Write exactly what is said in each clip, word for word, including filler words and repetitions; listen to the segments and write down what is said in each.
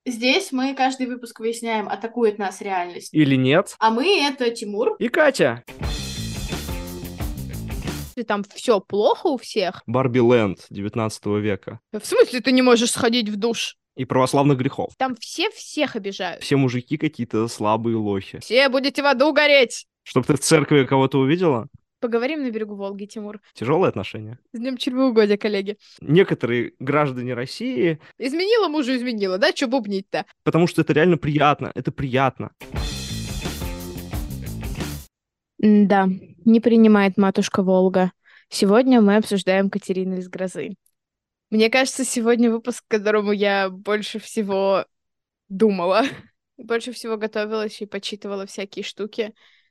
Здесь мы каждый выпуск выясняем, атакует нас реальность. Или нет. А мы — это Тимур И Катя. И там все плохо у всех. Барби Ленд девятнадцатого века. В смысле ты не можешь сходить в душ? И православных грехов. Там все всех обижают. Все мужики какие-то слабые лохи. Все будете в аду гореть. Чтоб ты в церкви кого-то увидела? Поговорим на берегу Волги, Тимур. Тяжелые отношения. С днем чревоугодия, коллеги. Некоторые граждане России... Изменила мужу, изменила, да? Че бубнить-то? Потому что это реально приятно. Это приятно. Да, не принимает матушка Волга. Сегодня мы обсуждаем Катерину из Грозы. Мне кажется, сегодня выпуск, к которому я больше всего думала, больше всего готовилась и почитывала всякие штуки.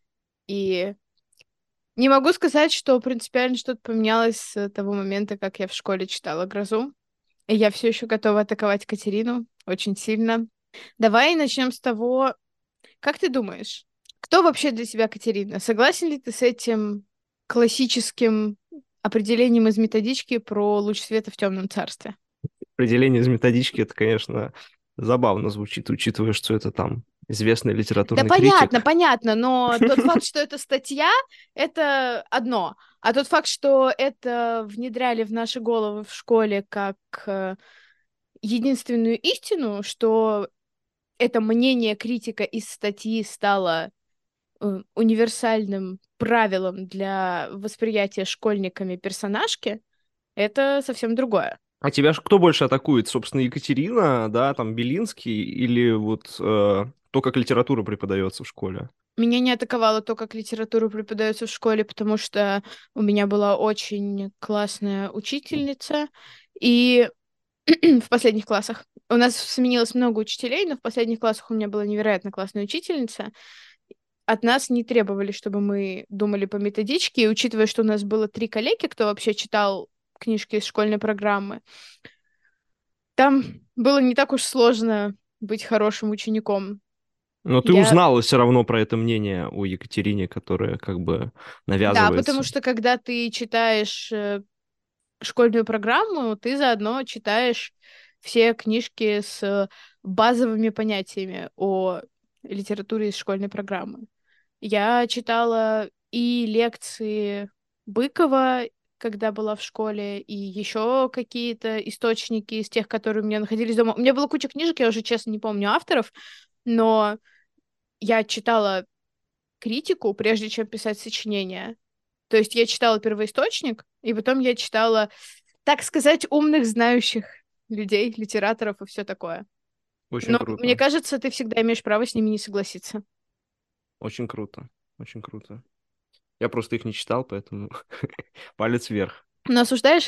И не могу сказать, что принципиально что-то поменялось с того момента, как я в школе читала «Грозу». И я все еще готова атаковать Катерину очень сильно. Давай начнем с того, как ты думаешь, кто вообще для тебя Катерина? Согласен ли ты с этим классическим определением из методички про луч света в темном царстве? Определение из методички, это, конечно, забавно звучит, учитывая, что это там известный Да литературный понятно, критик. понятно, но тот факт, что это статья, это одно. А тот факт, что это внедряли в наши головы в школе как э, единственную истину, что это мнение критика из статьи стало э, универсальным правилом для восприятия школьниками персонажки, это совсем другое. А тебя ж кто больше атакует? Собственно, Екатерина, да, там, Белинский или вот э, то, как литература преподается в школе? Меня не атаковало то, как литература преподается в школе, потому что у меня была очень классная учительница, и в последних классах. У нас сменилось много учителей, но в последних классах у меня была невероятно классная учительница. От нас не требовали, чтобы мы думали по методичке, и учитывая, что у нас было три коллеги, кто вообще читал книжки из школьной программы, там было не так уж сложно быть хорошим учеником. Но ты Я... узнала все равно про это мнение о Екатерине, которое как бы Да, потому навязывается. что когда ты читаешь э, школьную программу, ты заодно читаешь все книжки с базовыми понятиями о литературе из школьной программы. Я читала и лекции Быкова, когда была в школе, и еще какие-то источники из тех, которые у меня находились дома. У меня была куча книжек, я уже, честно, не помню авторов, но я читала критику, прежде чем писать сочинение. То есть я читала первоисточник, и потом я читала, так сказать, умных, знающих людей, литераторов и все такое. Очень Но мне круто. кажется, ты всегда имеешь право с ними не согласиться. Очень круто. Очень круто. Я просто их не читал, поэтому палец вверх. Но осуждаешь?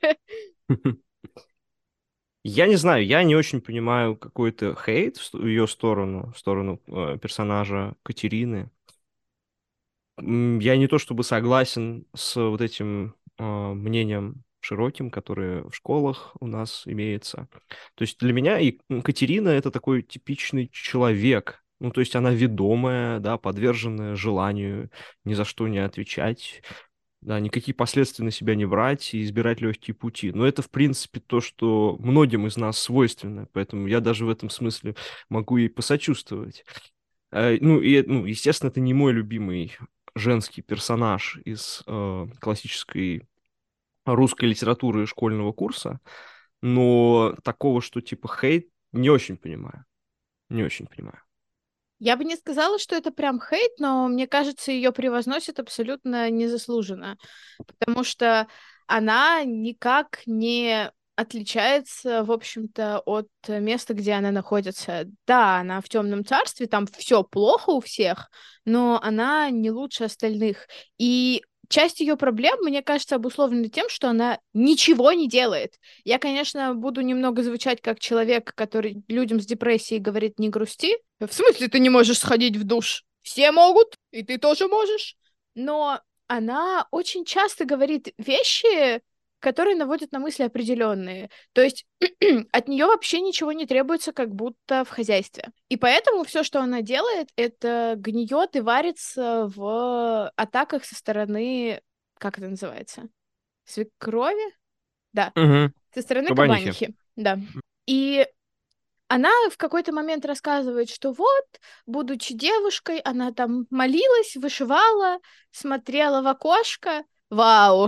Я не знаю, я не очень понимаю какой-то хейт в ее сторону, в сторону э, персонажа Катерины. М, Я не то чтобы согласен с вот этим э, мнением широким, которое в школах у нас имеется. То есть для меня и Катерина — это такой типичный человек. Ну, то есть она ведомая, да, подверженная желанию ни за что не отвечать, да, никакие последствия на себя не брать и избирать легкие пути. Но это, в принципе, то, что многим из нас свойственно, поэтому я даже в этом смысле могу ей посочувствовать. Э, Ну, и, ну, естественно, это не мой любимый женский персонаж из э, классической русской литературы школьного курса, но такого, что типа хейт, не очень понимаю. Не очень понимаю. Я бы не сказала, что это прям хейт, но мне кажется, ее превозносят абсолютно незаслуженно, потому что она никак не отличается, в общем-то, от места, где она находится. Да, она в темном царстве, там все плохо у всех, но она не лучше остальных. И часть ее проблем, мне кажется, обусловлена тем, что она ничего не делает. Я, конечно, буду немного звучать как человек, который людям с депрессией говорит «не грусти». В смысле ты не можешь сходить в душ? Все могут, и ты тоже можешь. Но она очень часто говорит вещи, которые наводят на мысли определенные. То есть от нее вообще ничего не требуется, как будто в хозяйстве. И поэтому все, что она делает, это гниет и варится в атаках со стороны, как это называется? Свекрови? Да, Угу. со стороны Кабанихи. кабанихи, да. И она в какой-то момент рассказывает, что вот, будучи девушкой, она там молилась, вышивала, смотрела в окошко. Вау!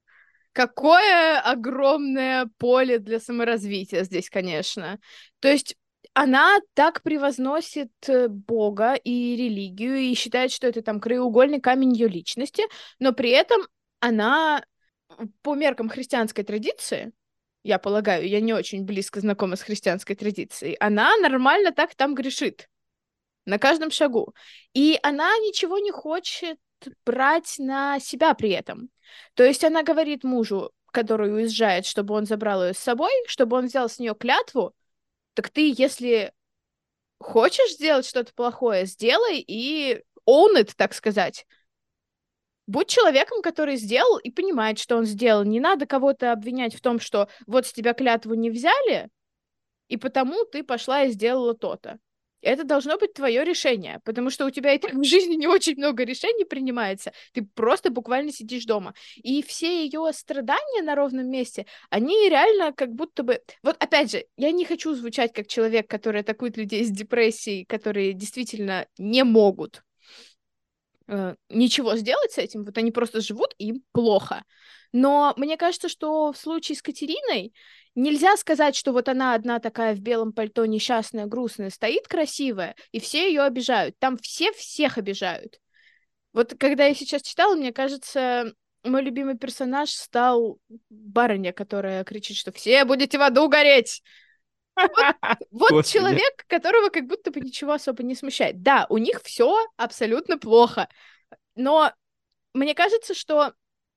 Какое огромное поле для саморазвития здесь, конечно. То есть она так превозносит э, Бога и религию и считает, что это там краеугольный камень ее личности, но при этом она по меркам христианской традиции, я полагаю, я не очень близко знакома с христианской традицией, она нормально так там грешит на каждом шагу. И она ничего не хочет брать на себя при этом. То есть она говорит мужу, который уезжает, чтобы он забрал ее с собой, чтобы он взял с нее клятву, так ты, если хочешь сделать что-то плохое, сделай и own it, так сказать. Будь человеком, который сделал и понимает, что он сделал. Не надо кого-то обвинять в том, что вот с тебя клятву не взяли, и потому ты пошла и сделала то-то. Это должно быть твое решение, потому что у тебя и так в жизни не очень много решений принимается. Ты просто буквально сидишь дома. И все ее страдания на ровном месте, они реально как будто бы... Вот опять же, я не хочу звучать как человек, который атакует людей с депрессией, которые действительно не могут э, ничего сделать с этим. Вот они просто живут, и им плохо. Но мне кажется, что в случае с Катериной нельзя сказать, что вот она одна такая в белом пальто, несчастная, грустная, стоит красивая, и все ее обижают. Там все всех обижают. Вот когда я сейчас читала, мне кажется, мой любимый персонаж стал барыня, которая кричит, что все будете в аду гореть. Вот, вот Господи. человек, которого как будто бы ничего особо не смущает. Да, у них все абсолютно плохо, но мне кажется, что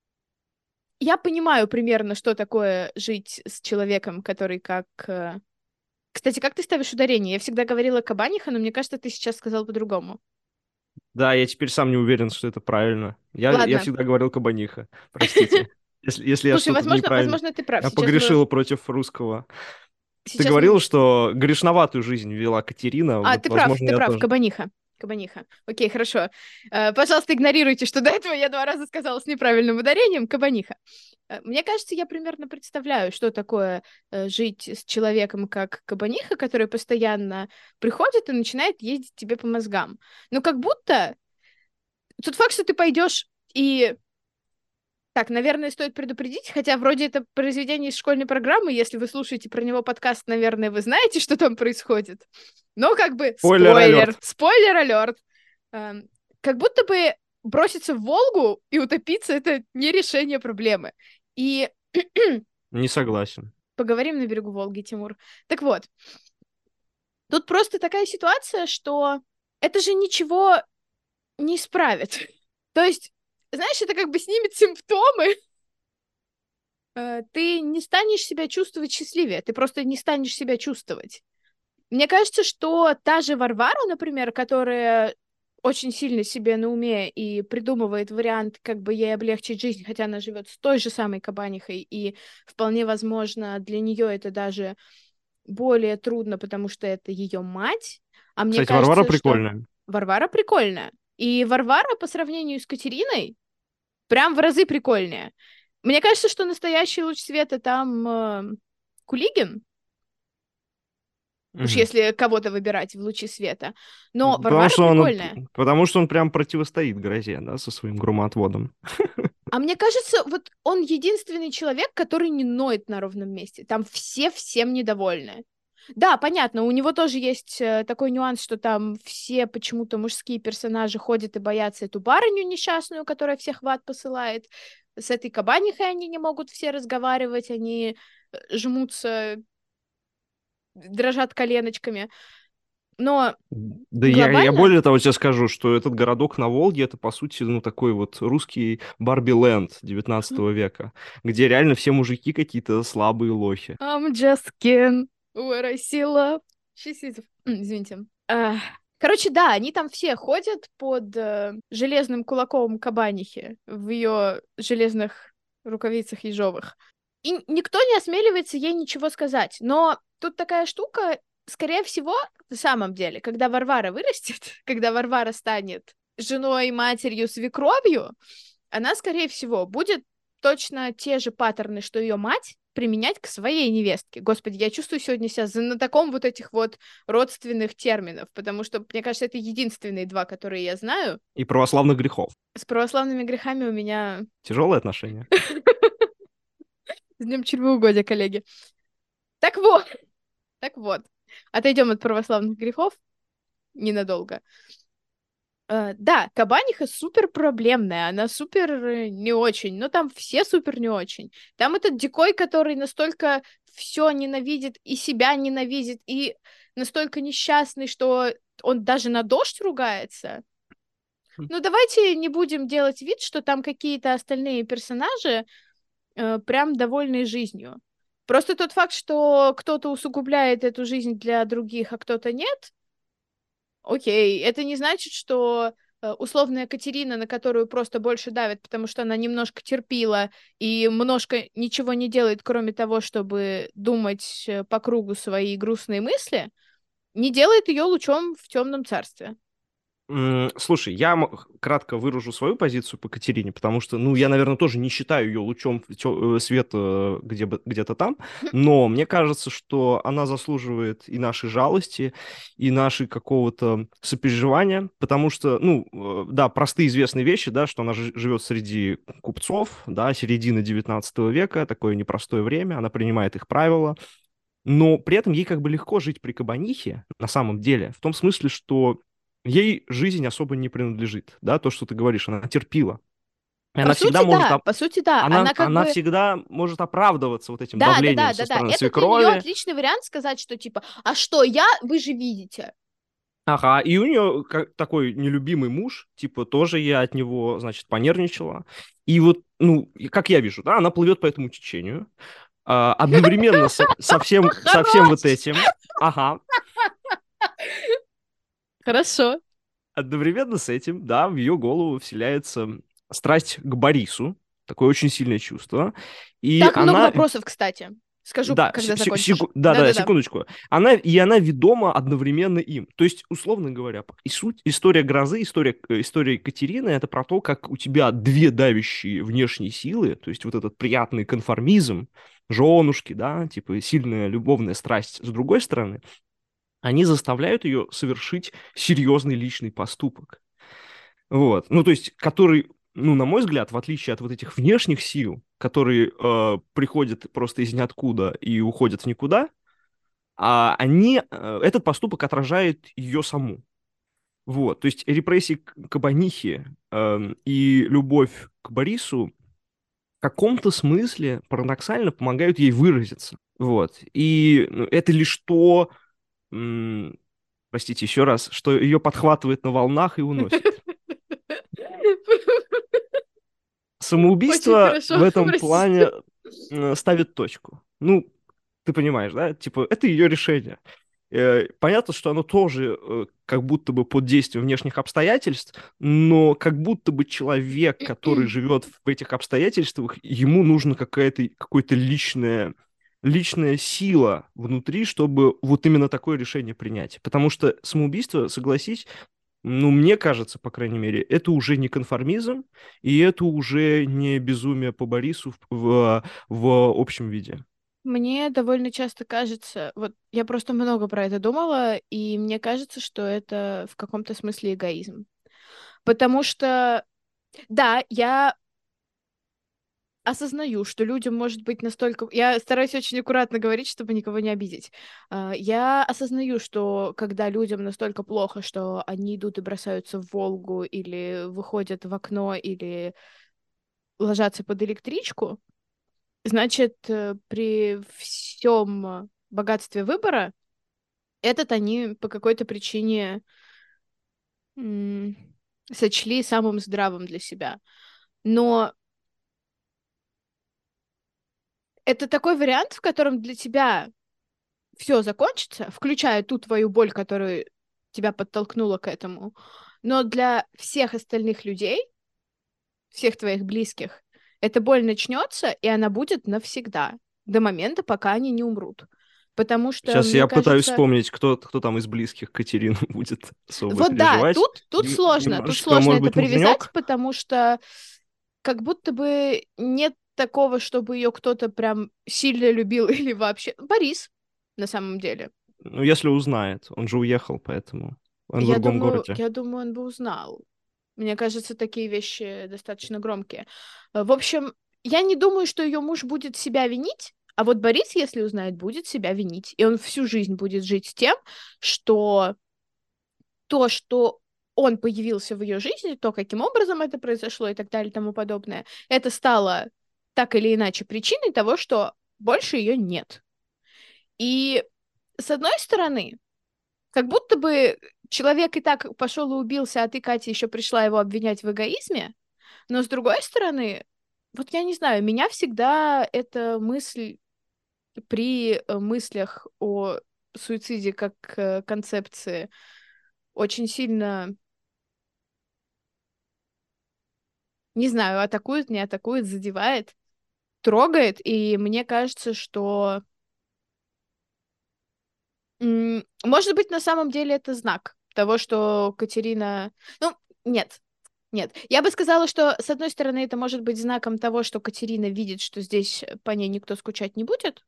я понимаю примерно, что такое жить с человеком, который как... э, Кстати, как ты ставишь ударение? Я всегда говорила кабаниха, но мне кажется, ты сейчас сказал по-другому. Да, я теперь сам не уверен, что это правильно. Я, я Ладно. всегда говорил кабаниха, простите. Если, если я Слушай, что-то возможно, неправильно... возможно, ты прав. Я Сейчас мы... погрешил против русского. Ты Сейчас говорил, мы... что грешноватую жизнь вела Катерина. А, Вот, ты прав, возможно, ты я прав, тоже. кабаниха. Кабаниха. Окей, хорошо. Э, пожалуйста, игнорируйте, что до этого я два раза сказала с неправильным ударением. Кабаниха. Э, Мне кажется, я примерно представляю, что такое э, жить с человеком, как кабаниха, который постоянно приходит и начинает ездить тебе по мозгам. Но как будто тот факт, что ты пойдешь и... Так, наверное, стоит предупредить, хотя вроде это произведение из школьной программы, если вы слушаете про него подкаст, наверное, вы знаете, что там происходит. Но как бы спойлер, Спойлер-алерт. спойлер-алерт. Эм, Как будто бы броситься в Волгу и утопиться — это не решение проблемы. И Не согласен. поговорим на берегу Волги, Тимур. Так вот, тут просто такая ситуация, что это же ничего не исправит. То есть, знаешь, это как бы снимет симптомы. Э, Ты не станешь себя чувствовать счастливее, ты просто не станешь себя чувствовать. Мне кажется, что та же Варвара, например, которая очень сильно себе на уме и придумывает вариант, как бы ей облегчить жизнь, хотя она живет с той же самой кабанихой, и вполне возможно, для нее это даже более трудно, потому что это ее мать. А мне Кстати, кажется, Варвара что прикольная. Варвара прикольная. И Варвара по сравнению с Катериной прям в разы прикольнее. Мне кажется, что настоящий луч света там э, Кулигин, уж Мгм. если кого-то выбирать в лучи света. Но Потому Варвара что он, прикольная. потому что он прям противостоит грозе, да, со своим громоотводом. А мне кажется, вот он единственный человек, который не ноет на ровном месте. Там все всем недовольны. Да, понятно, у него тоже есть э, такой нюанс, что там все почему-то мужские персонажи ходят и боятся эту барыню несчастную, которая всех в ад посылает. С этой кабанихой они не могут все разговаривать, они э, жмутся, дрожат коленочками. Но Да я, я глобально... более того тебе скажу, что этот городок на Волге, это, по сути, ну, такой вот русский Барби-ленд девятнадцатого века, где реально все мужики какие-то слабые лохи. I'm just kidding. Where I see love. She sees... М, Извините. Ах. Короче, да, они там все ходят под э, железным кулаком кабанихи в ее железных рукавицах ежовых. И никто не осмеливается ей ничего сказать. Но тут такая штука, скорее всего, на самом деле, когда Варвара вырастет, когда Варвара станет женой, матерью, свекровью, она, скорее всего, будет точно те же паттерны, что ее мать, применять к своей невестке. Господи, я чувствую сегодня себя на таком вот этих вот родственных терминов, потому что, мне кажется, это единственные два, которые я знаю. И православных грехов. С православными грехами у меня... Тяжелые отношения. С днем чревоугодия, коллеги. Так вот, так вот. Отойдем от православных грехов ненадолго. Uh, да, кабаниха супер проблемная, она супер не очень, но там все супер не очень. Там этот дикой, который настолько все ненавидит и себя ненавидит, и настолько несчастный, что он даже на дождь ругается. Ну, давайте не будем делать вид, что там какие-то остальные персонажи uh, прям довольны жизнью. Просто тот факт, что кто-то усугубляет эту жизнь для других, а кто-то нет, окей, это не значит, что э, условная Катерина, на которую просто больше давят, потому что она немножко терпила и немножко ничего не делает, кроме того, чтобы думать по кругу свои грустные мысли, не делает ее лучом в темном царстве. Слушай, я кратко выражу свою позицию по Катерине, потому что, ну, я, наверное, тоже не считаю ее лучом света где бы, где-то там, но мне кажется, что она заслуживает и нашей жалости, и нашей какого-то сопереживания, потому что, ну, да, простые известные вещи, да, что она живет среди купцов, да, середины девятнадцатого века, такое непростое время, она принимает их правила, но при этом ей как бы легко жить при кабанихе, на самом деле, в том смысле, что ей жизнь особо не принадлежит, да, то, что ты говоришь, она терпила. И по она сути, всегда да, может... Оп... по сути, да. Она, Она, как она бы... всегда может оправдываться вот этим да, давлением да, да, со да, стороны да. Это свекрови. для нее отличный вариант сказать, что типа, а что я, вы же видите. Ага, и у нее такой нелюбимый муж, типа, тоже я от него, значит, понервничала. И вот, ну, как я вижу, да, она плывет по этому течению, а, одновременно со, со, всем, со всем вот этим. Ага. Хорошо. Одновременно с этим, да, в ее голову вселяется страсть к Борису, такое очень сильное чувство. И так она... много вопросов, кстати. Скажу, да, когда с- закончишь. секу- да, да, да, Да-да-да. секундочку. Она, и она ведома одновременно им. То есть, условно говоря, и суть, история грозы, история, э, история Екатерины — это про то, как у тебя две давящие внешние силы, то есть вот этот приятный конформизм, женушки, да, типа сильная любовная страсть с другой стороны, они заставляют ее совершить серьезный личный поступок. Вот. Ну, то есть, который, ну, на мой взгляд, в отличие от вот этих внешних сил, которые э, приходят просто из ниоткуда и уходят в никуда, а они, э, этот поступок отражает ее саму. Вот. То есть репрессии к Кабанихи э, и любовь к Борису в каком-то смысле парадоксально помогают ей выразиться. Вот. И ну, это лишь то, м, простите еще раз, что ее подхватывает на волнах и уносит. Самоубийство хорошо, в этом прости. плане э, ставит точку. Ну, ты понимаешь, да? Типа, это ее решение. Э, Понятно, что оно тоже э, как будто бы под действием внешних обстоятельств, но как будто бы человек, который живет в этих обстоятельствах, ему нужна какая-то какая-то личная, личная сила внутри, чтобы вот именно такое решение принять. Потому что самоубийство, согласись, ну, мне кажется, по крайней мере, это уже не конформизм, и это уже не безумие по Борису в, в, в общем виде. Мне довольно часто кажется, вот я просто много про это думала, и мне кажется, что это в каком-то смысле эгоизм. Потому что, да, я осознаю, что людям может быть настолько... Я стараюсь очень аккуратно говорить, чтобы никого не обидеть. А, Я осознаю, что когда людям настолько плохо, что они идут и бросаются в Волгу, или выходят в окно, или ложатся под электричку, значит, э, при всем богатстве выбора этот они по какой-то причине м, сочли самым здравым для себя. Но это такой вариант, в котором для тебя все закончится, включая ту твою боль, которая тебя подтолкнула к этому. Но для всех остальных людей, всех твоих близких, эта боль начнется, и она будет навсегда, до момента, пока они не умрут. Потому что, Сейчас мне я пытаюсь кажется... вспомнить, кто, кто там из близких Катерины будет особо Вот да, переживать. тут, тут Нем- сложно, тут Немножечко, сложно может это быть, привязать, муженек? потому что как будто бы нет такого, чтобы ее кто-то прям сильно любил или вообще... Борис, на самом деле. Ну, если узнает. Он же уехал, поэтому он в Я другом думаю, городе. я думаю, он бы узнал. Мне кажется, такие вещи достаточно громкие. Э, В общем, я не думаю, что ее муж будет себя винить, а вот Борис, если узнает, будет себя винить. И он всю жизнь будет жить с тем, что то, что он появился в ее жизни, то, каким образом это произошло и так далее и тому подобное, это стало так или иначе причиной того, что больше ее нет. И с одной стороны, как будто бы человек и так пошел и убился, а ты, Катя, еще пришла его обвинять в эгоизме, но с другой стороны, вот я не знаю, меня всегда эта мысль при э, мыслях о суициде как э, концепции очень сильно, не знаю, атакует, не атакует, задевает, трогает, и мне кажется, что, м, может быть, на самом деле это знак того, что Катерина... Ну, нет, нет. Я бы сказала, что, с одной стороны, это может быть знаком того, что Катерина видит, что здесь по ней никто скучать не будет.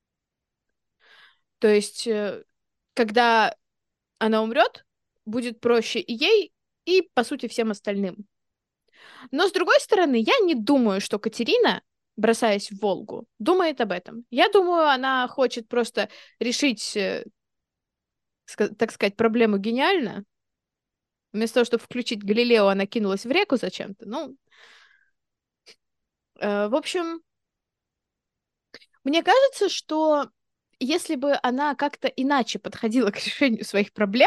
То есть, э, когда она умрет, будет проще и ей, и, по сути, всем остальным. Но, с другой стороны, я не думаю, что Катерина, бросаясь в Волгу, думает об этом. Я думаю, она хочет просто решить, э, ска- так сказать, проблему гениально. Вместо того, чтобы включить Галилео, она кинулась в реку зачем-то. Ну, э, в общем, мне кажется, что если бы она как-то иначе подходила к решению своих проблем,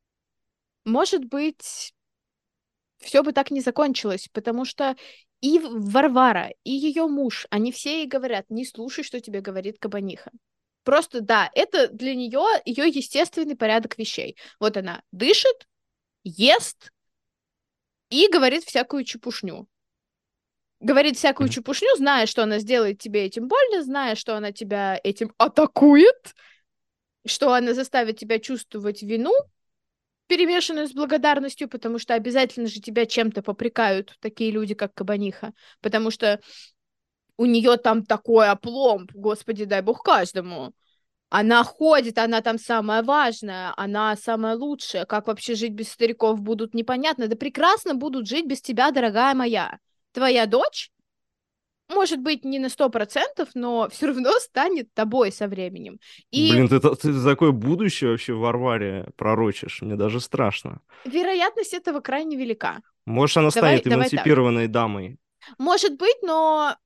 может быть, все бы так не закончилось, потому что и Варвара, и ее муж, они все ей говорят: не слушай, что тебе говорит кабаниха. Просто да, это для нее ее естественный порядок вещей. Вот она дышит, ест и говорит всякую чепушню. Говорит всякую Мгм. чепушню, зная, что она сделает тебе этим больно, зная, что она тебя этим атакует, что она заставит тебя чувствовать вину, перемешанную с благодарностью, потому что обязательно же тебя чем-то попрекают такие люди, как Кабаниха, потому что у нее там такой опломб, господи, дай бог каждому. Она ходит, она там самая важная, она самая лучшая. Как вообще жить без стариков будут, непонятно. Да прекрасно будут жить без тебя, дорогая моя. Твоя дочь, может быть, не на сто процентов, но все равно станет тобой со временем. И Блин, ты, та- ты такое будущее вообще в Варваре пророчишь. Мне даже страшно. вероятность этого крайне велика. Может, она Давай, станет давай так. эмансипированной дамой. Может быть, но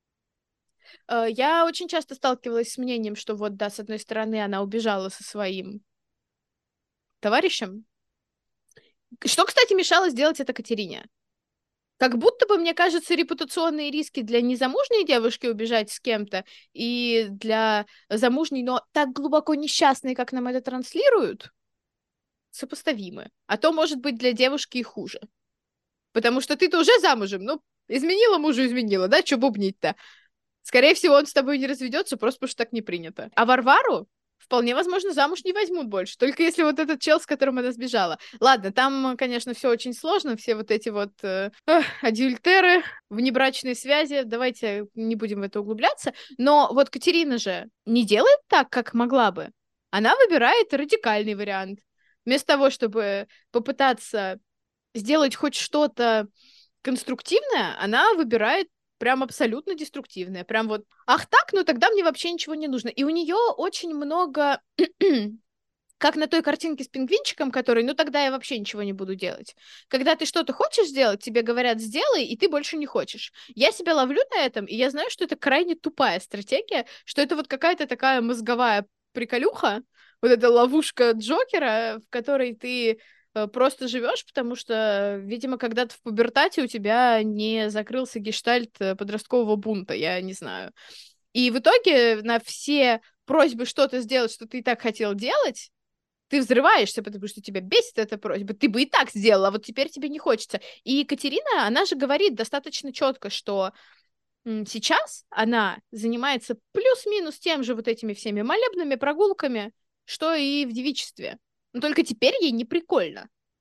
э, я очень часто сталкивалась с мнением, что вот, да, с одной стороны, она убежала со своим товарищем. Что, кстати, мешало сделать это Катерине? Как будто бы, мне кажется, репутационные риски для незамужней девушки убежать с кем-то и для замужней, но так глубоко несчастной, как нам это транслируют, сопоставимы. А то, может быть, для девушки и хуже. Потому что ты-то уже замужем, ну, изменила мужу, изменила, да, чё бубнить-то? Скорее всего, он с тобой не разведется, просто потому что так не принято. А Варвару вполне возможно замуж не возьмут больше, только если вот этот чел, с которым она сбежала. Ладно, там, конечно, все очень сложно, все вот эти вот э, эх, адюльтеры, внебрачные связи, давайте не будем в это углубляться. Но вот Катерина же не делает так, как могла бы. Она выбирает радикальный вариант. Вместо того, чтобы попытаться сделать хоть что-то конструктивное, она выбирает прям абсолютно деструктивное. Прям вот, ах так, ну тогда мне вообще ничего не нужно. И у нее очень много, как на той картинке с пингвинчиком, который, ну тогда я вообще ничего не буду делать. Когда ты что-то хочешь сделать, тебе говорят сделай, и ты больше не хочешь. Я себя ловлю на этом, и я знаю, что это крайне тупая стратегия, что это вот какая-то такая мозговая приколюха, вот эта ловушка Джокера, в которой ты э, просто живешь, потому что, видимо, когда-то в пубертате у тебя не закрылся гештальт э, подросткового бунта, я не знаю. И в итоге на все просьбы что-то сделать, что ты и так хотел делать, ты взрываешься, потому что тебя бесит эта просьба. Ты бы и так сделала, а вот теперь тебе не хочется. И Екатерина, она же говорит достаточно четко, что м, сейчас она занимается плюс-минус тем же вот этими всеми молебными прогулками, что и в девичестве. Но только теперь ей не прикольно.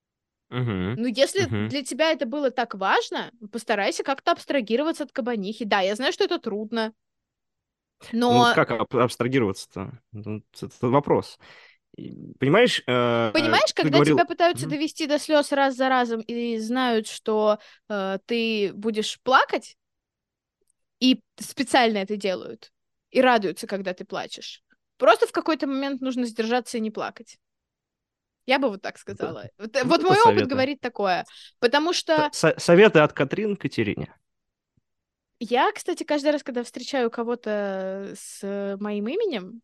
Мгм. Ну, если Мгм. для тебя это было так важно, постарайся как-то абстрагироваться от кабанихи. Да, я знаю, что это трудно, Ну вот но как аб- абстрагироваться-то? Ну, Это это вопрос. И, Понимаешь, э, понимаешь, ты когда тебя говорил... пытаются Мгм. довести до слез раз за разом и знают, что э, ты будешь плакать, и специально это делают, и радуются, когда ты плачешь. Просто в какой-то момент нужно сдержаться и не плакать. Я бы вот так Это, сказала. Вот, э, вот вот это мой опыт советы. говорит такое. Потому Со- что со- советы от Катрин к Катерине. я, кстати, каждый раз, когда встречаю кого-то с моим именем,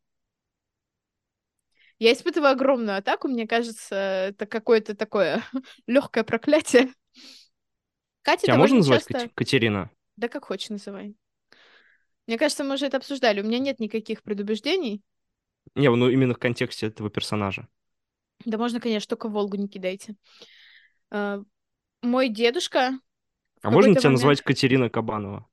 я испытываю огромную атаку. Мне кажется, это какое-то такое легкое проклятие. Катя Тебя можно довольно назвать часто... Кати- Катерина? Да как хочешь называй. Мне кажется, мы уже это обсуждали. У меня нет никаких предубеждений. Не, ну именно в контексте этого персонажа. Да можно, конечно, только Волгу не кидайте. Э, Мой дедушка в А можно какой-то тебя момент... назвать Катерина Кабанова?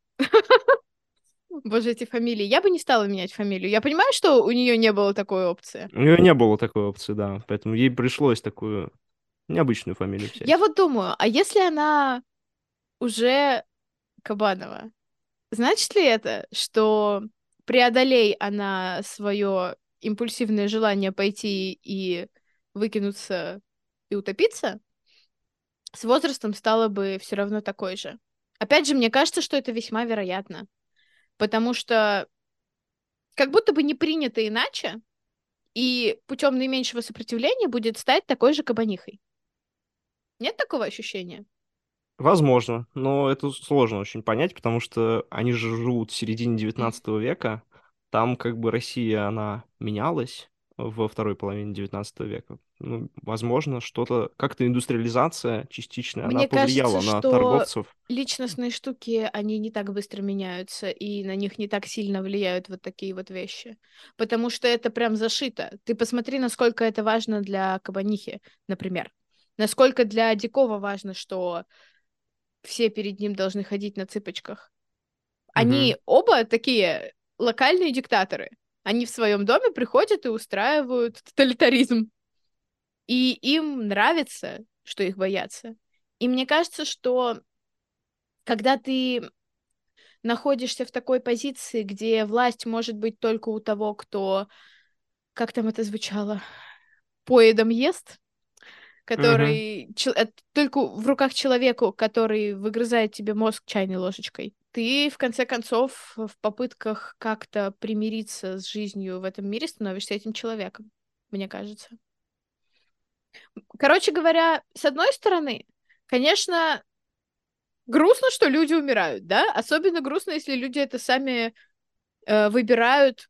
Боже, эти фамилии. Я бы не стала менять фамилию. Я понимаю, что у нее не было такой опции. У нее не было такой опции, да. Поэтому ей пришлось такую необычную фамилию Я взять. вот думаю, а если она уже Кабанова, значит ли это, что преодолей она свое импульсивное желание пойти и выкинуться и утопиться, с возрастом стало бы все равно такой же? Опять же, мне кажется, что это весьма вероятно, потому что как будто бы не принято иначе, и путем наименьшего сопротивления будет стать такой же кабанихой. Нет такого ощущения? Возможно, но это сложно очень понять, потому что они же живут в середине девятнадцатого века. Там как бы Россия, она менялась во второй половине девятнадцатого века. Ну, возможно, что-то, как-то индустриализация частичная, она Мне кажется, повлияла на что торговцев. личностные штуки, они не так быстро меняются, и на них не так сильно влияют вот такие вот вещи. Потому что это прям зашито. Ты посмотри, насколько это важно для кабанихи, например. Насколько для Дикова важно, что все перед ним должны ходить на цыпочках. Мгм. Они оба такие локальные диктаторы. Они в своем доме приходят и устраивают тоталитаризм. И им нравится, что их боятся. И мне кажется, что когда ты находишься в такой позиции, где власть может быть только у того, кто, как там это звучало, поедом ест, Мгм. который чел- э, только в руках человеку, который выгрызает тебе мозг чайной ложечкой. Ты, в конце концов, в попытках как-то примириться с жизнью в этом мире становишься этим человеком, мне кажется. Короче говоря, с одной стороны, конечно, грустно, что люди умирают, да? Особенно грустно, если люди это сами э, выбирают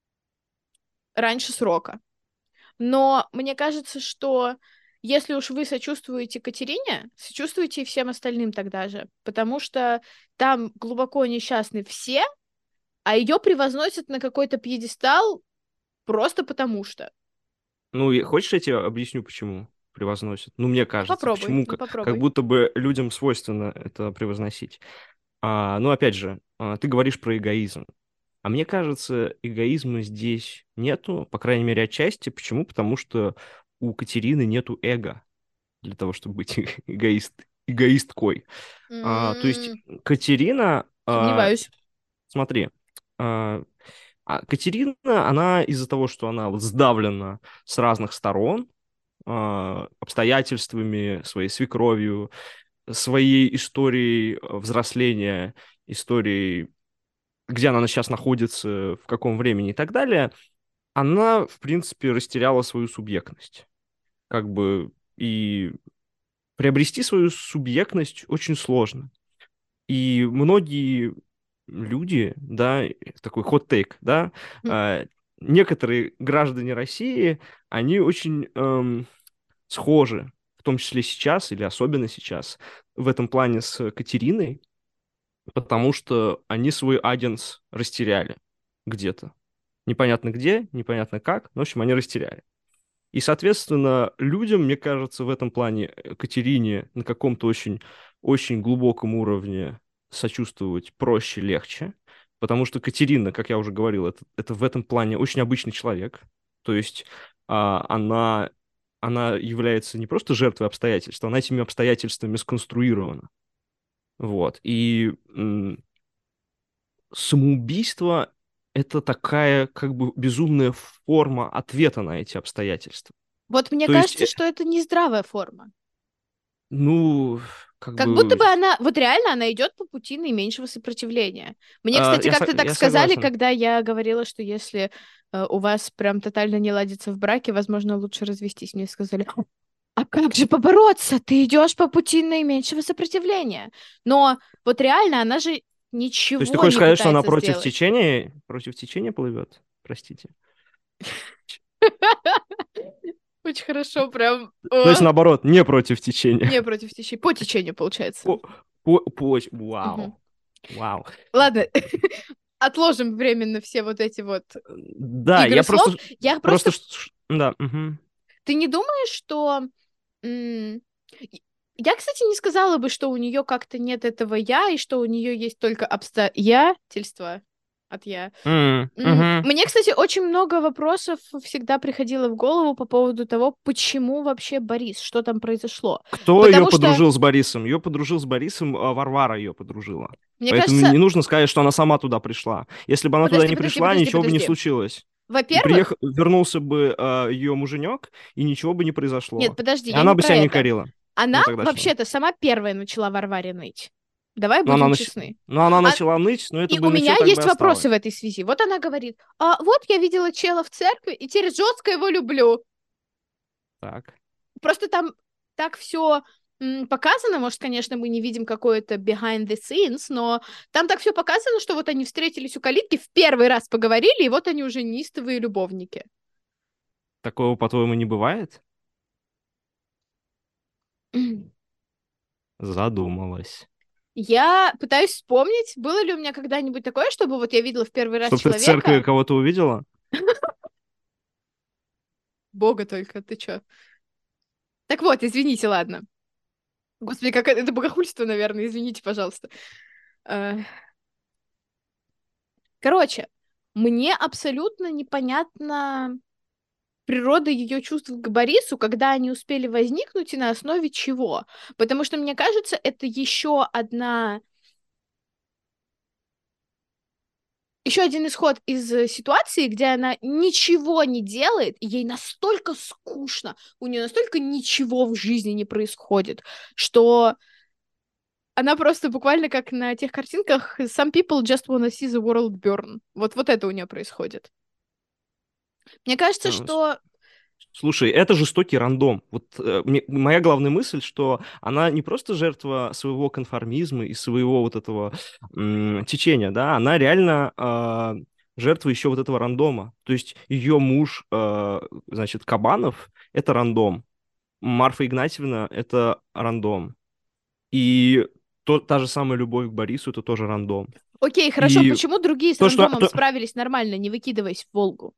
раньше срока. Но мне кажется, что если уж вы сочувствуете Катерине, сочувствуйте и всем остальным тогда же, потому что там глубоко несчастны все, а ее превозносят на какой-то пьедестал просто потому что. Ну, и хочешь, я тебе объясню, почему превозносят? Ну, мне Ну кажется, попробуй, почему, ну как, как попробуй. будто бы людям свойственно это превозносить. А, ну, опять же, а, ты говоришь про эгоизм. А мне кажется, эгоизма здесь нету, по крайней мере, отчасти. Почему? Потому что у Катерины нету эго для того, чтобы быть эгоист, эгоисткой. А, то есть М, Катерина, а, Сомневаюсь. смотри, а, а Катерина, она из-за того, что она вот сдавлена с разных сторон, а, обстоятельствами, своей свекровью, своей историей э, взросления, историей, где она сейчас находится, в каком времени и так далее, она, в принципе, растеряла свою субъектность. Как бы и приобрести свою субъектность очень сложно. И многие люди, да, такой хот-тейк, да, Хм. э, некоторые граждане России, они очень эм, схожи, в том числе сейчас или особенно сейчас, в этом плане с Катериной, потому что они свой агенс растеряли где-то. Непонятно где, непонятно как, но, в общем, они растеряли. И, соответственно, людям, мне кажется, в этом плане э, Катерине на каком-то очень, очень глубоком уровне сочувствовать проще, легче, потому что Катерина, как я уже говорил, это, это в этом плане очень обычный человек. То есть а, она, она является не просто жертвой обстоятельств, она этими обстоятельствами сконструирована. Вот. И м, самоубийство — это такая как бы безумная форма ответа на эти обстоятельства. Вот мне То есть, кажется, э, что это не здравая форма. ну, как Как будто бы... бы она, вот реально она идет по пути наименьшего сопротивления. Мне, а, кстати, я, со- как-то так я сказали, согласен. когда я говорила, что если э, у вас прям тотально не ладится в браке, возможно, лучше развестись. Мне сказали, а как же побороться? Ты идешь по пути наименьшего сопротивления. Но вот реально она же То есть ты ничего хочешь не сказать, что она пытается против сделать. течения, против течения плывет? Простите. Очень хорошо, прям. То есть О, наоборот, не против течения. не против течения, по течению, получается. По, по, по- Мгм. Вау. Вау. Ладно, отложим временно все вот эти вот Да, игры я слов. просто... Я Просто... просто... ш- ш- Да. Мгм. Ты не думаешь, что... м, и- Я, кстати, не сказала бы, что у нее как-то нет этого я, и что у нее есть только обстоятельства от я. М, М, мгм. Мне, кстати, очень много вопросов всегда приходило в голову по поводу того, почему вообще Борис, что там произошло. Кто ее Потому что, подружил с Борисом? Ее подружил с Борисом, а Варвара ее подружила. мне Поэтому кажется... не нужно сказать, что она сама туда пришла. Если бы она туда Подожди, не подожди, пришла, подожди, ничего бы не подожди. случилось. И Во-первых, приехал, вернулся бы ее муженек, и ничего бы не нет, произошло. подожди, И я она не бы про себя не это. корила. Она Ну тогда что? вообще-то сама первая начала Варваре ныть. Давай Но она, будем нач... честны. но она А- начала ныть, но это И бы у меня нытье так бы и есть вопросы в осталось. этой связи. Вот она говорит, а вот я видела чела в церкви, и теперь жестко его люблю. Так. Просто там так все показано, может, конечно, мы не видим какое-то behind the scenes, но там так все показано, что вот они встретились у калитки, в первый раз поговорили, и вот они уже неистовые любовники. Такого, по-твоему, не бывает? Задумалась. Я пытаюсь вспомнить, было ли у меня когда-нибудь такое, чтобы вот я видела в первый раз Чтоб ты в церкви человека, кого-то увидела? Бога только, ты чё? Так вот, извините, ладно. Господи, как это, это богохульство, наверное, извините, пожалуйста. Э, Короче, мне абсолютно непонятна природа ее чувств к Борису, когда они успели возникнуть и на основе чего. Потому что, мне кажется, это еще одна еще один исход из э, ситуации, где она ничего не делает, и ей настолько скучно, у нее настолько ничего в жизни не происходит, что она просто буквально как на тех картинках «Some people just wanna see the world burn». Вот, вот это у нее происходит. Мне кажется, Э, что... Слушай, это жестокий рандом. Вот э, мне- моя главная мысль, что она не просто жертва своего конформизма и своего вот этого м, течения, да, она реально э, жертва еще вот этого рандома. То есть ее муж, э, значит, Кабанов — это рандом. Марфа Игнатьевна — это рандом. И то, та же самая любовь к Борису — это тоже рандом. Окей, хорошо, И почему другие с то, что... рандомом то- справились нормально, не выкидываясь в Волгу?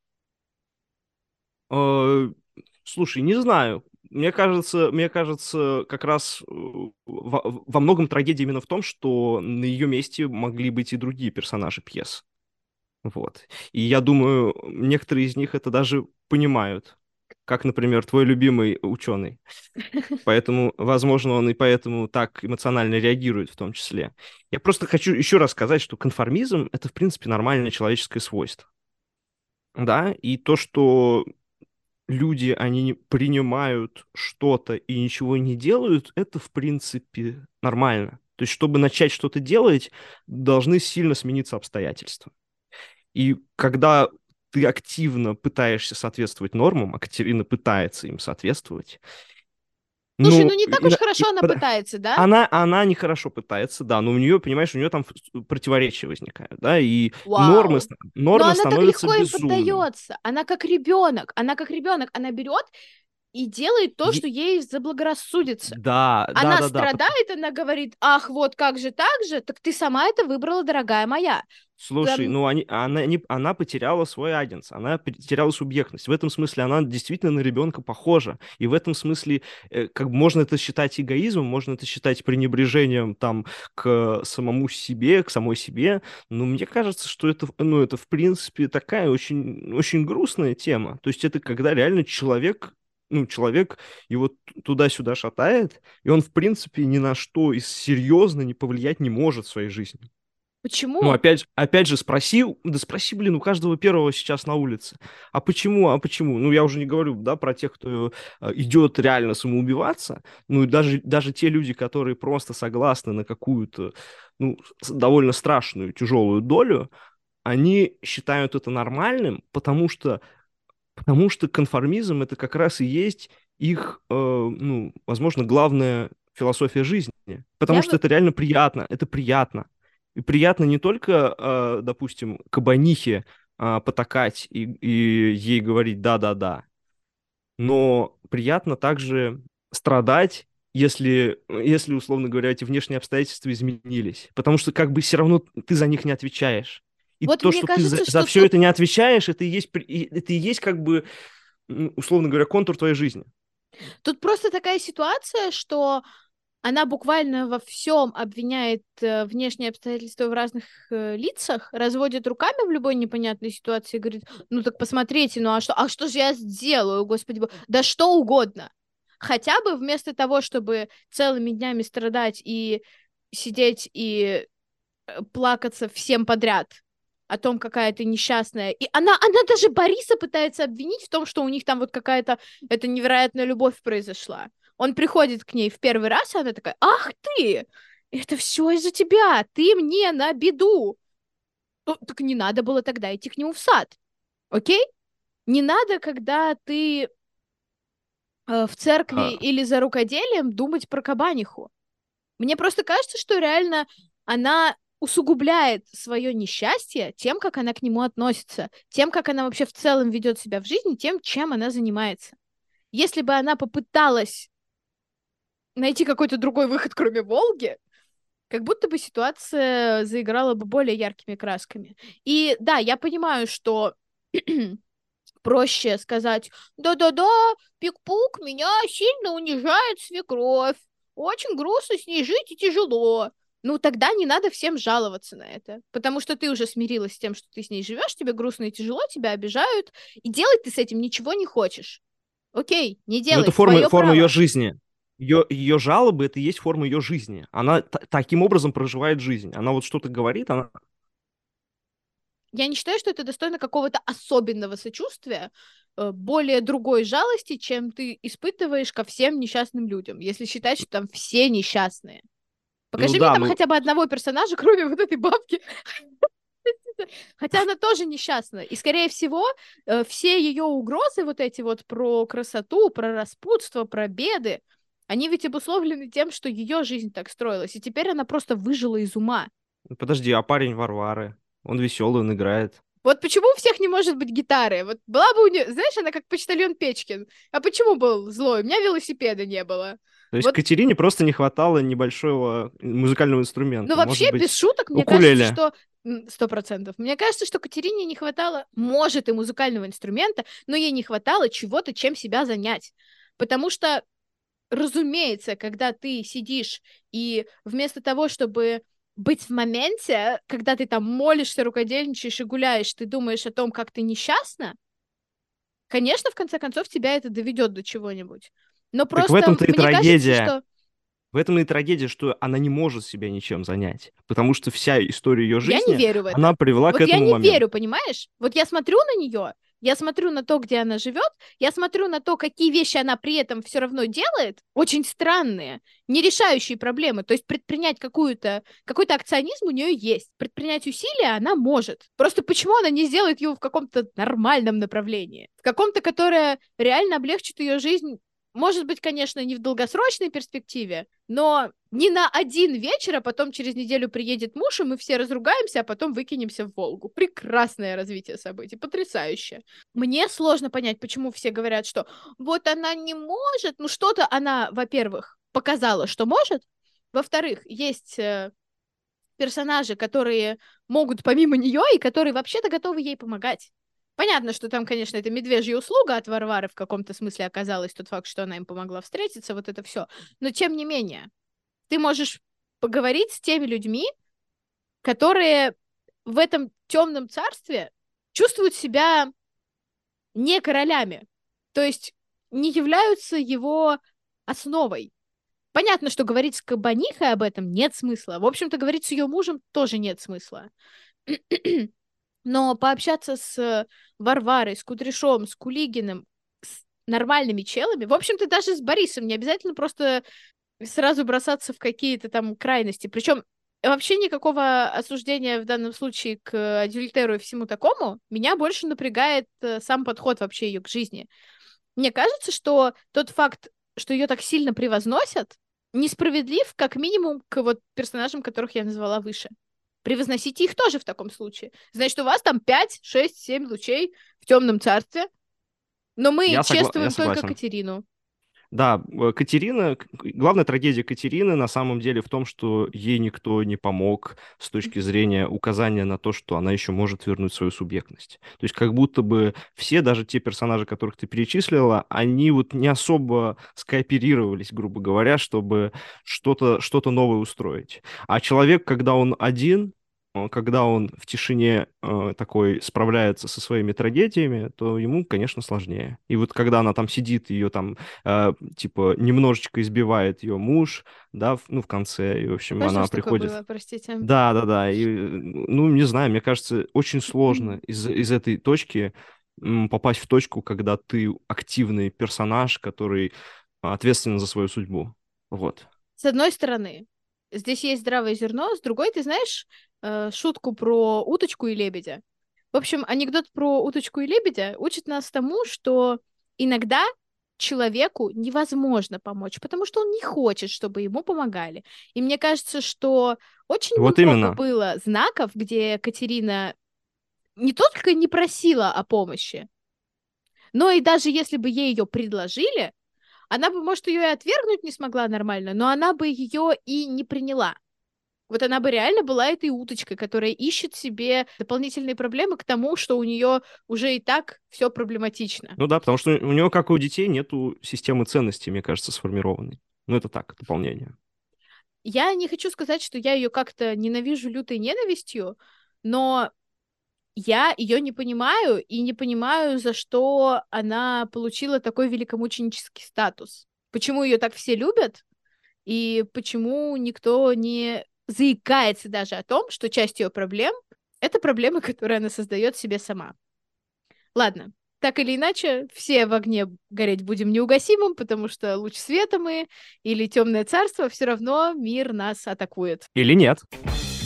Э, Слушай, не знаю. Мне кажется, мне кажется, как раз э, во, во многом трагедия именно в том, что на ее месте могли быть и другие персонажи пьес. Вот. И я думаю, некоторые из них это даже понимают. Как, например, твой любимый ученый. Поэтому, возможно, он и поэтому так эмоционально реагирует в том числе. Я просто хочу еще раз сказать, что конформизм — это, в принципе, нормальное человеческое свойство. Да, и то, что люди, они не принимают что-то и ничего не делают, это, в принципе, нормально. То есть, чтобы начать что-то делать, должны сильно смениться обстоятельства. И когда ты активно пытаешься соответствовать нормам, а Катерина пытается им соответствовать, Слушай, ну, ну не так и уж на- и хорошо она под- пытается, да? она, она нехорошо пытается, да, но у нее, понимаешь, у нее там ф- противоречия возникают, да, и нормы, Вау. ст- Но нормы она так становятся легко им безумными. поддается. Она как ребенок. Она как ребенок. Она берет и делает то, что ей заблагорассудится. Да, да, Она да, да. страдает, она говорит, ах, вот как же так же, так ты сама это выбрала, дорогая моя. Слушай, Там, ну они, она, не, она потеряла свой агенс, она потеряла субъектность. В этом смысле она действительно на ребенка похожа. И в этом смысле, э, как бы можно это считать эгоизмом, можно это считать пренебрежением там к самому себе, к самой себе. Но мне кажется, что это, ну, это в принципе такая очень, очень грустная тема. То есть это когда реально человек ну, человек его т- туда-сюда шатает, и он, в принципе, ни на что из серьезно не повлиять не может в своей жизни. Ну, Почему? опять, опять же, спроси, да спроси, блин, у каждого первого сейчас на улице. А почему, а почему? Ну, я уже не говорю, да, про тех, кто э, идет реально самоубиваться. Ну, и даже, даже те люди, которые просто согласны на какую-то, ну, с- довольно страшную, тяжелую долю, они считают это нормальным, потому что, потому что конформизм — это как раз и есть их, э, ну, возможно, главная философия жизни. Потому Я что бы... это реально приятно, это приятно. И приятно не только, э, допустим, кабанихе э, потакать и, и ей говорить «да-да-да», но приятно также страдать, если, если, условно говоря, эти внешние обстоятельства изменились. Потому что как бы все равно ты за них не отвечаешь. И Вот то, мне что ты за, кажется, за что все тут это не отвечаешь, это и есть, при- и- это и есть как бы, м, условно говоря, контур твоей жизни. Тут просто такая ситуация, что она буквально во всем обвиняет э, внешние обстоятельства в разных э, лицах, разводит руками в любой непонятной ситуации и говорит, ну так посмотрите, ну а что, а что же я сделаю, господи, бо- да что угодно. Хотя бы вместо того, чтобы целыми днями страдать и сидеть и э, плакаться всем подряд о том, какая ты несчастная. И она, она даже Бориса пытается обвинить в том, что у них там вот какая-то эта невероятная любовь произошла. Он приходит к ней в первый раз, и она такая, ах ты, это все из-за тебя, ты мне на беду. Ну, так не надо было тогда идти к нему в сад, окей? Не надо, когда ты э, в церкви А, или за рукоделием, думать про кабаниху. Мне просто кажется, что реально она усугубляет свое несчастье тем, как она к нему относится, тем, как она вообще в целом ведет себя в жизни, тем, чем она занимается. Если бы она попыталась найти какой-то другой выход, кроме Волги, как будто бы ситуация заиграла бы более яркими красками. И да, я понимаю, что проще сказать, да-да-да, пик-пук, меня сильно унижает свекровь. Очень грустно с ней жить и тяжело. Ну, тогда не надо всем жаловаться на это, потому что ты уже смирилась с тем, что ты с ней живешь, тебе грустно и тяжело, тебя обижают, и делать ты с этим ничего не хочешь. Окей, не но это делай, форма, твое форма ее право. жизни. Ее, ее жалобы — это и есть форма ее жизни. Она та- таким образом проживает жизнь. Она вот что-то говорит, она... Я не считаю, что это достойно какого-то особенного сочувствия, э, более другой жалости, чем ты испытываешь ко всем несчастным людям, если считать, что там все несчастные. Ну Покажи мне да, там ну, хотя бы одного персонажа, кроме вот этой бабки. Хотя она тоже несчастна. И, скорее всего, э, все ее угрозы вот эти вот про красоту, про распутство, про беды, они ведь обусловлены тем, что ее жизнь так строилась, и теперь она просто выжила из ума. подожди, а парень Варвары? Он веселый, он играет. Вот почему у всех не может быть гитары? Вот была бы у нее, знаешь, она как почтальон Печкин. А почему был злой? У меня велосипеда не было. То есть Вот, Катерине просто не хватало небольшого музыкального ну инструмента. вообще, Может без быть, шуток, мне кажется, укулеле. что м, сто процентов. Мне кажется, что Катерине не хватало, может, и музыкального инструмента, но ей не хватало чего-то, чем себя занять. Потому что, разумеется, когда ты сидишь и вместо того, чтобы быть в моменте, когда ты там молишься, рукодельничаешь и гуляешь, ты думаешь о том, как ты несчастна, конечно, в конце концов, тебя это доведет до чего-нибудь. Но Так в просто этом-то и мне кажется, трагедия. что В этом и трагедия, что она не может себя ничем занять. Потому что вся история ее я не жизни, верю в она это. привела к Вот я этому не моменту. верю, понимаешь? Вот я смотрю на нее, я смотрю на то, где она живет, я смотрю на то, какие вещи она при этом все равно делает, очень странные, не решающие проблемы. То есть предпринять какую-то, какой-то акционизм у нее есть. Предпринять усилия она может. Просто почему она не сделает его в каком-то нормальном направлении? В каком-то, которое реально облегчит ее жизнь. Может быть, конечно, не в долгосрочной перспективе, но не на один вечер, а потом через неделю приедет муж, и мы все разругаемся, а потом выкинемся в Волгу. Прекрасное развитие событий, потрясающе. Мне сложно понять, почему все говорят, что вот она не может. Ну, что-то она, во-первых, показала, что может. Во-вторых, есть э, персонажи, которые могут помимо нее и которые вообще-то готовы ей помогать. Понятно, что там, конечно, это медвежья услуга от Варвары в каком-то смысле оказалась, тот факт, что она им помогла встретиться, вот это все. Но тем не менее, ты можешь поговорить с теми людьми, которые в этом темном царстве чувствуют себя не королями. То есть не являются его основой. Понятно, что говорить с Кабанихой об этом нет смысла. В общем-то, говорить с ее мужем тоже нет смысла. Но пообщаться с Варварой, с Кудряшом, с Кулигиным, с нормальными челами, в общем-то, даже с Борисом, не обязательно просто сразу бросаться в какие-то там крайности. Причем вообще никакого осуждения в данном случае к Адюльтеру и всему такому меня больше напрягает э, сам подход вообще ее к жизни. Мне кажется, что тот факт, что ее так сильно превозносят, несправедлив, как минимум, к вот персонажам, которых я назвала выше. Превозносите их тоже в таком случае. Значит, у вас там пять, шесть, семь лучей в темном царстве, но мы Я, согла- я чествуем только согласен. Катерину. Да, э, Катерина, к- главная трагедия Катерины на самом деле в том, что ей никто не помог с точки зрения указания на то, что она еще может вернуть свою субъектность. То есть как будто бы все, даже те персонажи, которых ты перечислила, они вот не особо скооперировались, грубо говоря, чтобы что-то что-то новое устроить. А человек, когда он один, э, когда он в тишине э, такой справляется со своими трагедиями, то ему, конечно, сложнее. И вот когда она там сидит, ее там э, типа немножечко избивает ее муж, да, в- ну, в конце, и, в общем, Точно она ж такое приходит... было, простите. Да, да, да, и, ну, не знаю, мне кажется, очень сложно из, из этой точки м, попасть в точку, когда ты активный персонаж, который ответственен за свою судьбу. Вот. С одной стороны, здесь есть здравое зерно, с другой, ты знаешь э, шутку про уточку и лебедя? В общем, анекдот про уточку и лебедя учит нас тому, что иногда человеку невозможно помочь, потому что он не хочет, чтобы ему помогали. И мне кажется, что очень Вот много именно. было знаков, где Катерина не только не просила о помощи, но и даже если бы ей ее предложили, она бы, может, ее и отвергнуть не смогла нормально, но она бы ее и не приняла. Вот она бы реально была этой уточкой, которая ищет себе дополнительные проблемы к тому, что у нее уже и так все проблематично. Ну да, потому что у него, как и у детей, нету системы ценностей, мне кажется, сформированной. Ну это так, дополнение. Я не хочу сказать, что я ее как-то ненавижу лютой ненавистью, но я ее не понимаю и не понимаю, за что она получила такой великомученический статус. Почему ее так все любят и почему никто не заикается даже о том, что часть ее проблем — это проблемы, которые она создает себе сама. Ладно, так или иначе, все в огне гореть будем неугасимым, потому что луч света мы или темное царство, все равно мир нас атакует. Или нет.